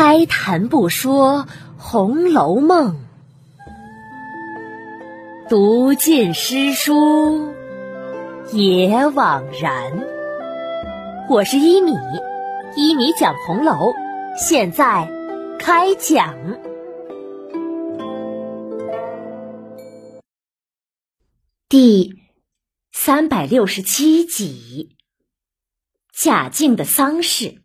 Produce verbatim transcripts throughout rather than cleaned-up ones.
开谈不说《红楼梦》，读尽诗书也枉然。我是一米，一米讲红楼，现在开讲。第三百六十七集，贾静的丧事。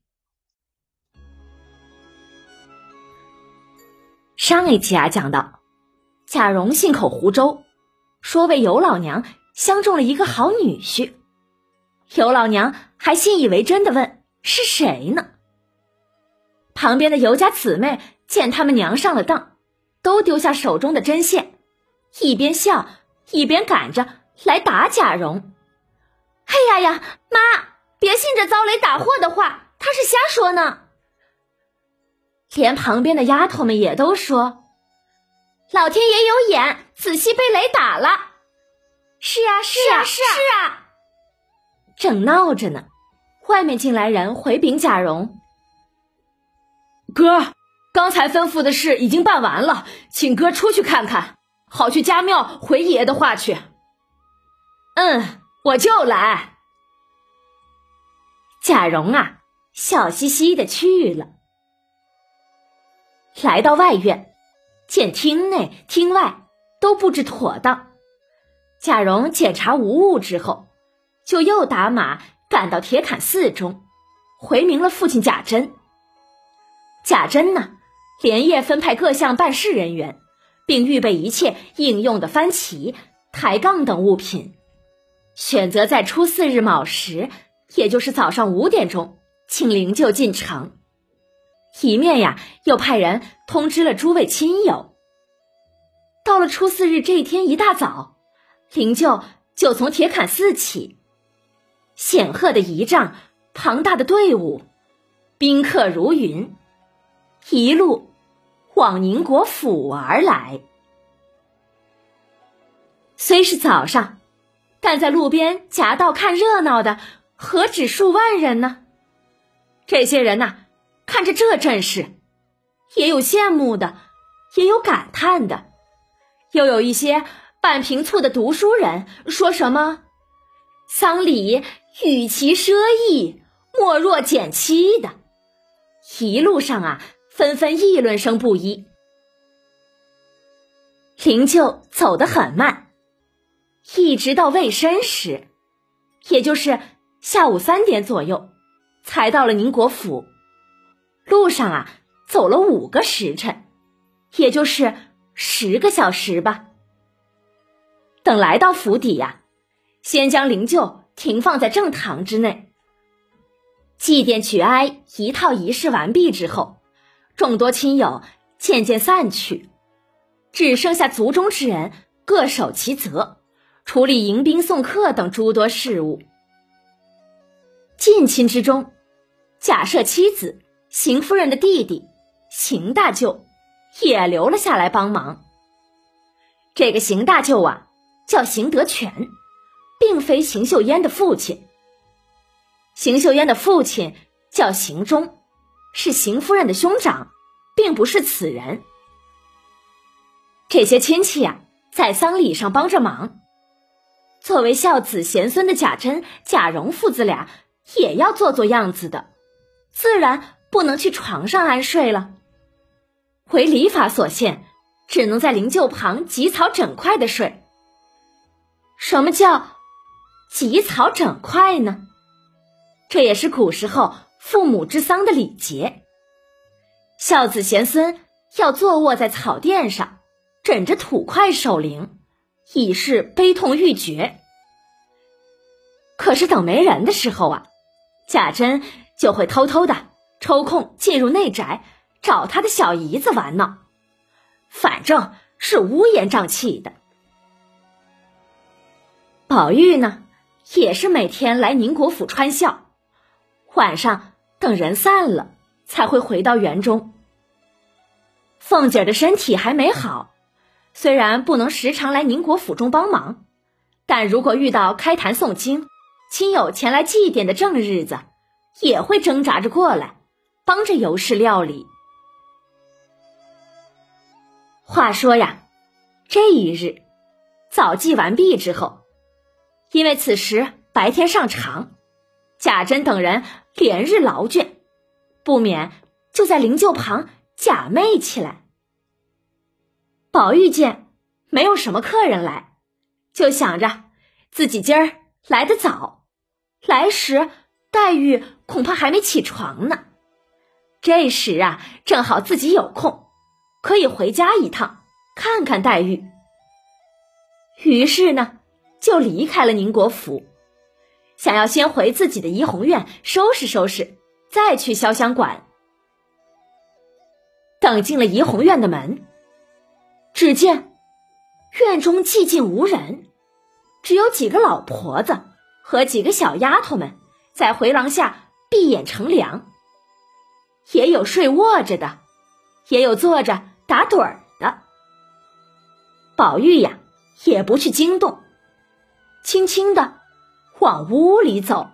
上一集啊讲到，贾蓉信口胡诌，说为尤老娘相中了一个好女婿。尤老娘还信以为真的问是谁呢？旁边的尤家姊妹见他们娘上了当，都丢下手中的针线，一边笑一边赶着来打贾蓉。哎呀呀，妈，别信这遭雷打祸的话，他是瞎说呢。连旁边的丫头们也都说，老天爷有眼，仔细被雷打了。是啊是啊是啊是啊。正闹着呢，外面进来人回禀贾蓉， 哥，刚才吩咐的事已经办完了，请哥出去看看，好去家庙回爷爷的话去。嗯，我就来。 贾蓉啊笑嘻嘻的去了。来到外院，见厅内厅外都布置妥当，贾蓉检查无误之后，就又打马赶到铁槛寺中，回明了父亲贾珍。贾珍呢，连夜分派各项办事人员，并预备一切应用的幡旗、抬杠等物品，选择在初四日卯时，也就是早上五点钟，请灵柩进城。一面呀，又派人通知了诸位亲友。到了初四日这一天一大早，灵柩就从铁槛寺起，显赫的仪仗，庞大的队伍，宾客如云，一路往宁国府而来。虽是早上，但在路边夹道看热闹的何止数万人呢？这些人呐，看着这阵势，也有羡慕的，也有感叹的，又有一些半平醋的读书人说什么丧礼与其奢逸，莫若减妻的。一路上啊，纷纷议论声不一。灵柩走得很慢，一直到未申时，也就是下午三点左右，才到了宁国府。路上啊，走了五个时辰，也就是十个小时吧。等来到府邸呀、啊，先将灵柩停放在正堂之内。祭奠举哀一套仪式完毕之后，众多亲友渐渐散去，只剩下族中之人各守其责，处理迎宾送客等诸多事务。近亲之中，贾赦妻子邢夫人的弟弟邢大舅也留了下来帮忙。这个邢大舅啊，叫邢德全，并非邢岫烟的父亲。邢岫烟的父亲叫邢忠，是邢夫人的兄长，并不是此人。这些亲戚啊，在丧礼上帮着忙。作为孝子贤孙的贾珍、贾蓉父子俩也要做做样子的，自然不能去床上安睡了。为礼法所限，只能在灵柩旁挤草整块的睡。什么叫挤草整块呢？这也是古时候父母之丧的礼节。孝子贤孙要坐卧在草垫上，枕着土块守灵，以示悲痛欲绝。可是等没人的时候啊，贾珍就会偷偷的抽空进入内宅，找他的小姨子玩闹，反正是乌烟瘴气的。宝玉呢，也是每天来宁国府穿孝，晚上等人散了才会回到园中。凤姐的身体还没好，虽然不能时常来宁国府中帮忙，但如果遇到开坛诵经、亲友前来祭奠的正日子，也会挣扎着过来，帮着尤氏料理。 话说呀，这一日早祭完毕之后，因为此时白天尚长，贾珍等人连日劳倦，不免就在灵柩旁假寐起来。宝玉见没有什么客人来，就想着自己今儿来得早，来时黛玉恐怕还没起床呢。这时啊，正好自己有空，可以回家一趟，看看黛玉。于是呢，就离开了宁国府，想要先回自己的怡红院收拾收拾，再去潇湘馆。等进了怡红院的门，只见院中寂静无人，只有几个老婆子和几个小丫头们在回廊下闭眼乘凉，也有睡卧着的，也有坐着打盹儿的。宝玉呀，也不去惊动，轻轻地往屋里走。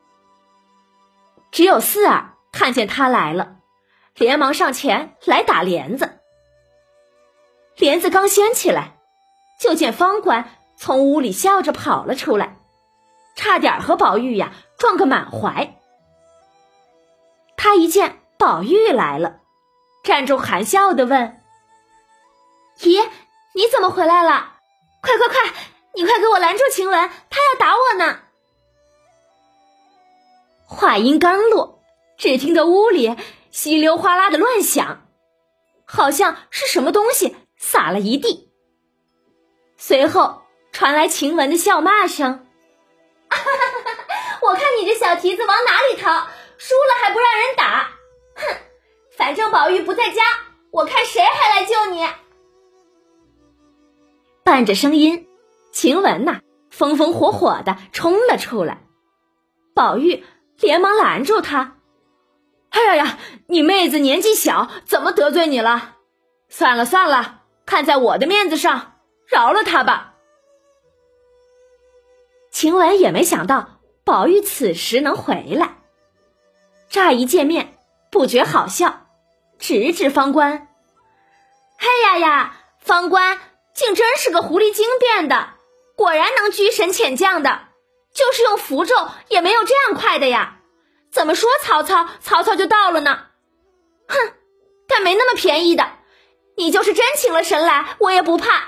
只有四儿看见他来了，连忙上前来打帘子。帘子刚掀起来，就见方官从屋里笑着跑了出来，差点和宝玉呀撞个满怀。他一见宝玉来了，站住含笑地问：姨，你怎么回来了？快快快，你快给我拦住晴雯，她要打我呢。话音刚落，只听得屋里稀溜哗啦的乱响，好像是什么东西洒了一地。随后传来晴雯的笑骂声：我看你这小蹄子往哪里逃，输了还不让人打，哼，反正宝玉不在家，我看谁还来救你。伴着声音，晴雯呐、啊、风风火火地冲了出来。宝玉连忙拦住她：哎呀呀，你妹子年纪小，怎么得罪你了？算了算了，看在我的面子上，饶了她吧。晴雯也没想到宝玉此时能回来，乍一见面不觉好笑，直指方官：嘿呀呀，方官竟真是个狐狸精变的，果然能居神遣将的，就是用符咒也没有这样快的呀，怎么说曹操曹操就到了呢？哼，但没那么便宜的，你就是真请了神来，我也不怕。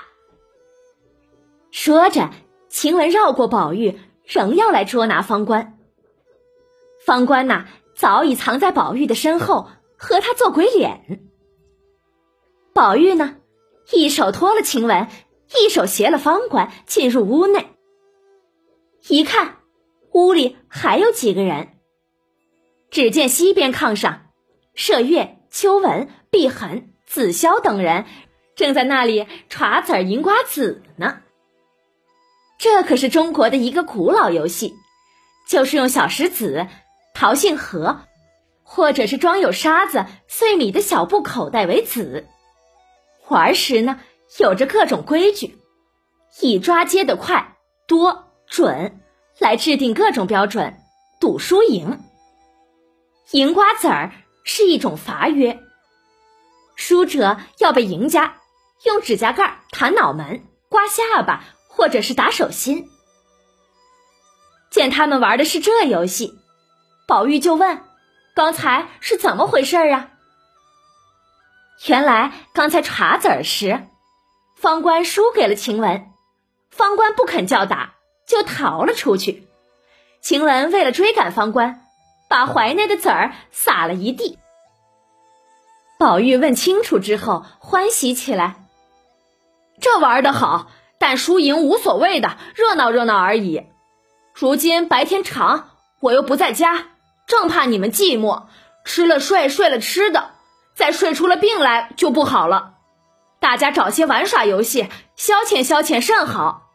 说着，晴雯绕过宝玉，仍要来捉拿方官。方官呐、啊，早已藏在宝玉的身后，和他做鬼脸。宝玉呢，一手托了晴雯，一手携了方官进入屋内。一看，屋里还有几个人。只见西边炕上，麝月、秋纹、碧痕、紫霄等人正在那里耍子儿、银瓜子呢。这可是中国的一个古老游戏，就是用小石子、桃杏核，或者是装有沙子、碎米的小布口袋为子。玩时呢，有着各种规矩，以抓接得快、多、准来制定各种标准，赌输赢。银瓜子儿是一种罚约，输者要被赢家用指甲盖弹脑门、刮下巴，或者是打手心。见他们玩的是这游戏，宝玉就问：刚才是怎么回事啊？原来刚才查子儿时，方官输给了晴雯，方官不肯叫打，就逃了出去。晴雯为了追赶方官，把怀内的子儿撒了一地。宝玉问清楚之后，欢喜起来：这玩得好，但输赢无所谓的，热闹热闹而已。如今白天长，我又不在家，正怕你们寂寞，吃了睡，睡了吃的，再睡出了病来就不好了。大家找些玩耍游戏，消遣消遣甚好。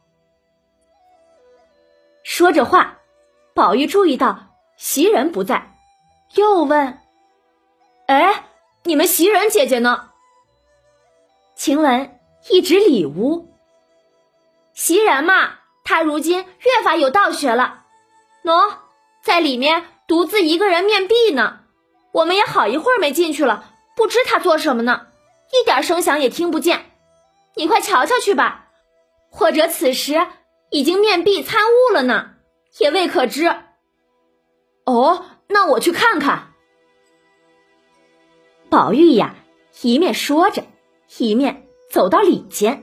说着话，宝玉注意到袭人不在，又问：哎，你们袭人姐姐呢？晴雯一指里屋：袭人嘛，她如今越发有道学了，喏，在里面独自一个人面壁呢。我们也好一会儿没进去了，不知她做什么呢，一点声响也听不见， 你快瞧瞧去吧，或者此时已经面壁参悟了呢，也未可知。 哦，那我去看看。 宝玉呀，一面说着，一面走到里间。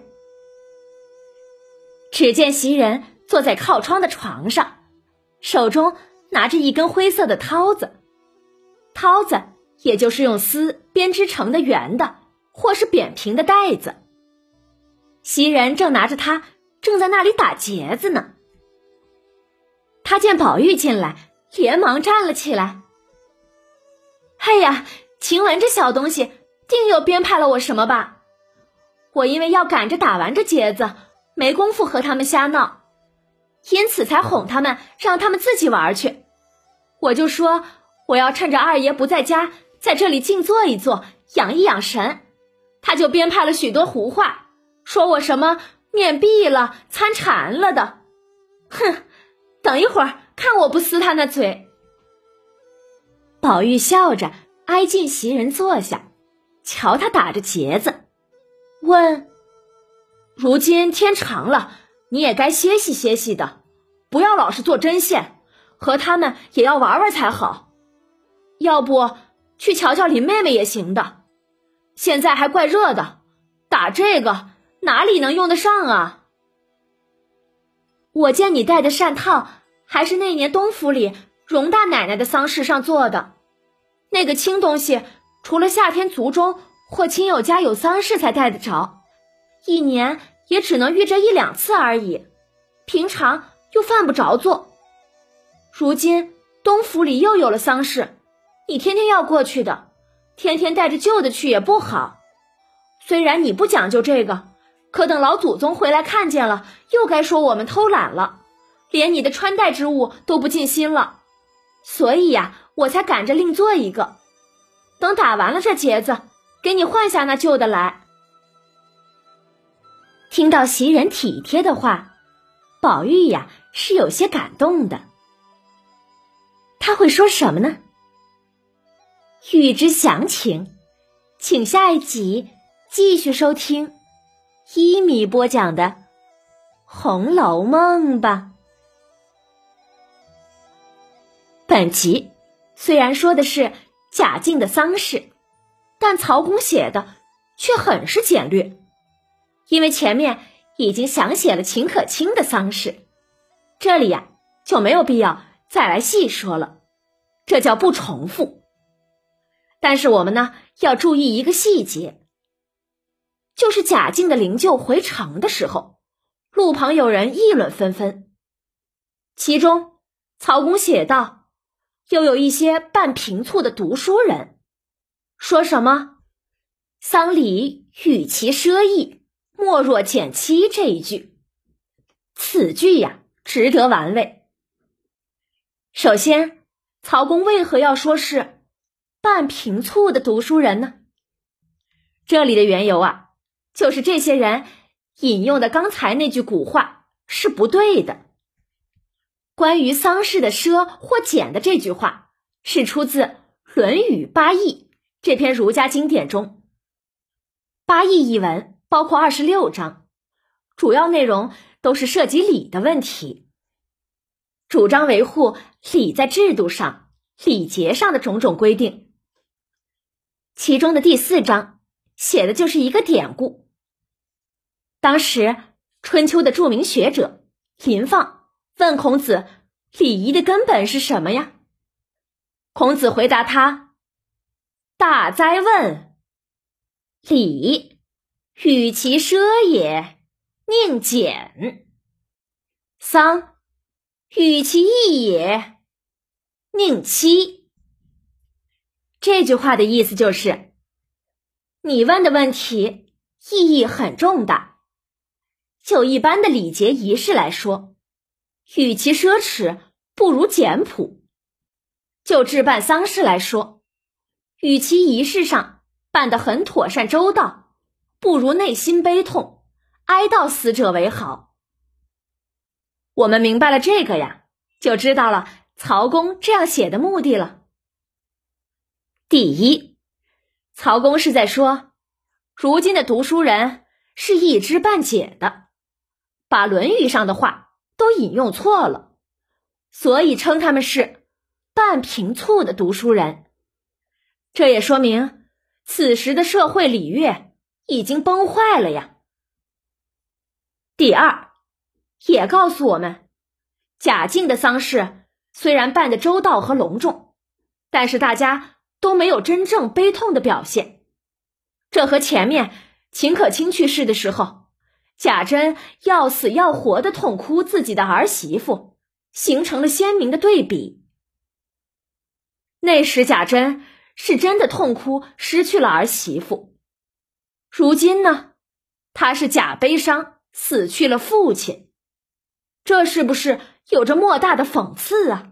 只见袭人坐在靠窗的床上，手中拿着一根灰色的绦子，绦子也就是用丝编织成的圆的或是扁平的带子。袭人正拿着它，正在那里打结子呢。他见宝玉进来，连忙站了起来。哎呀，晴雯这小东西定又编排了我什么吧？我因为要赶着打完这结子，没工夫和他们瞎闹，因此才哄他们，让他们自己玩去。我就说我要趁着二爷不在家，在这里静坐一坐，养一养神。他就编排了许多胡话，说我什么面壁了，参禅了的。哼，等一会儿看我不撕他那嘴。宝玉笑着挨近袭人坐下，瞧他打着结子，问： 如今天长了，你也该歇息歇息的，不要老是做针线，和他们也要玩玩才好。要不去瞧瞧林妹妹也行的，现在还怪热的，打这个哪里能用得上啊？ 我见你戴的扇套还是那年东府里荣大奶奶的丧事上做的，那个轻东西除了夏天族中或亲友家有丧事才戴得着，一年也只能遇这一两次而已，平常又犯不着做。如今东府里又有了丧事，你天天要过去的，天天带着旧的去也不好。虽然你不讲究这个，可等老祖宗回来看见了，又该说我们偷懒了，连你的穿戴之物都不尽心了。所以呀，我才赶着另做一个，等打完了这结子，给你换下那旧的来。听到袭人体贴的话，宝玉呀是有些感动的。他会说什么呢？欲知详情，请下一集继续收听一米播讲的《红楼梦》吧。本集虽然说的是贾静的丧事，但曹公写的却很是简略，因为前面已经详写了秦可卿的丧事，这里呀就没有必要再来细说了，这叫不重复。但是我们呢要注意一个细节，就是贾静的灵柩回城的时候，路旁有人议论纷纷，其中曹公写道，又有一些半平促的读书人说什么丧礼与其奢逸，莫若简妻这一句，此句呀值得玩味。首先，曹公为何要说是半平促的读书人呢？这里的缘由啊，就是这些人引用的刚才那句古话是不对的。关于丧事的奢或简的这句话，是出自《论语八义》这篇儒家经典中。八义一文包括二十六章，主要内容都是涉及礼的问题，主张维护礼在制度上、礼节上的种种规定。其中的第四章写的就是一个典故。当时春秋的著名学者林放问孔子，礼仪的根本是什么呀？孔子回答他，大哉问，礼与其奢也，宁简；丧与其易也，宁戚。这句话的意思就是，你问的问题意义很重大。就一般的礼节仪式来说，与其奢侈，不如简朴；就置办丧事来说，与其仪式上办得很妥善周到，不如内心悲痛，哀悼死者为好。我们明白了这个呀，就知道了曹公这样写的目的了。第一，曹公是在说，如今的读书人是一知半解的，把《论语》上的话都引用错了，所以称他们是半瓶醋的读书人。这也说明此时的社会礼乐已经崩坏了呀。第二，也告诉我们，贾敬的丧事虽然办得周到和隆重，但是大家都没有真正悲痛的表现。这和前面秦可卿去世的时候，贾珍要死要活的痛哭自己的儿媳妇，形成了鲜明的对比。那时贾珍是真的痛哭失去了儿媳妇，如今呢，他是假悲伤死去了父亲，这是不是有着莫大的讽刺啊？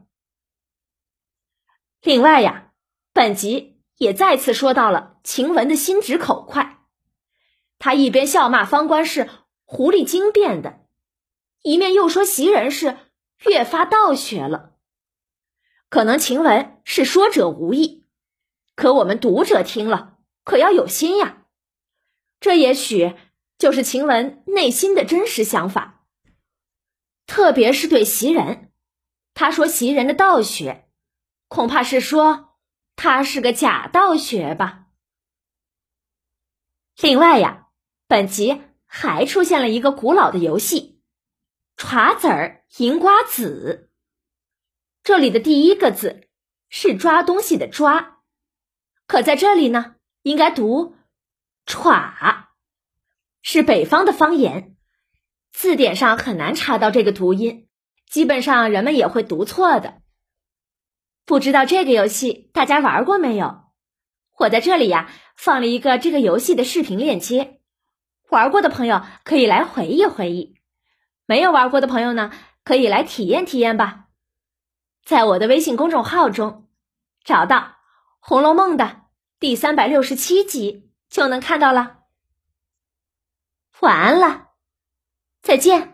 另外呀，本集也再次说到了晴雯的心直口快，他一边笑骂方官是狐狸精变的，一面又说袭人是越发倒学了。可能晴雯是说者无意，可我们读者听了可要有心呀。这也许就是晴雯内心的真实想法，特别是对袭人，他说袭人的倒学，恐怕是说他是个假倒学吧。另外呀，本集还出现了一个古老的游戏——抓子儿银瓜子。这里的第一个字是抓东西的抓，可在这里呢，应该读歘，是北方的方言，字典上很难查到这个读音，基本上人们也会读错的。不知道这个游戏大家玩过没有？我在这里呀放了一个这个游戏的视频链接，玩过的朋友可以来回忆回忆，没有玩过的朋友呢，可以来体验体验吧。在我的微信公众号中找到《红楼梦》的第三百六十七集就能看到了。晚安了，再见。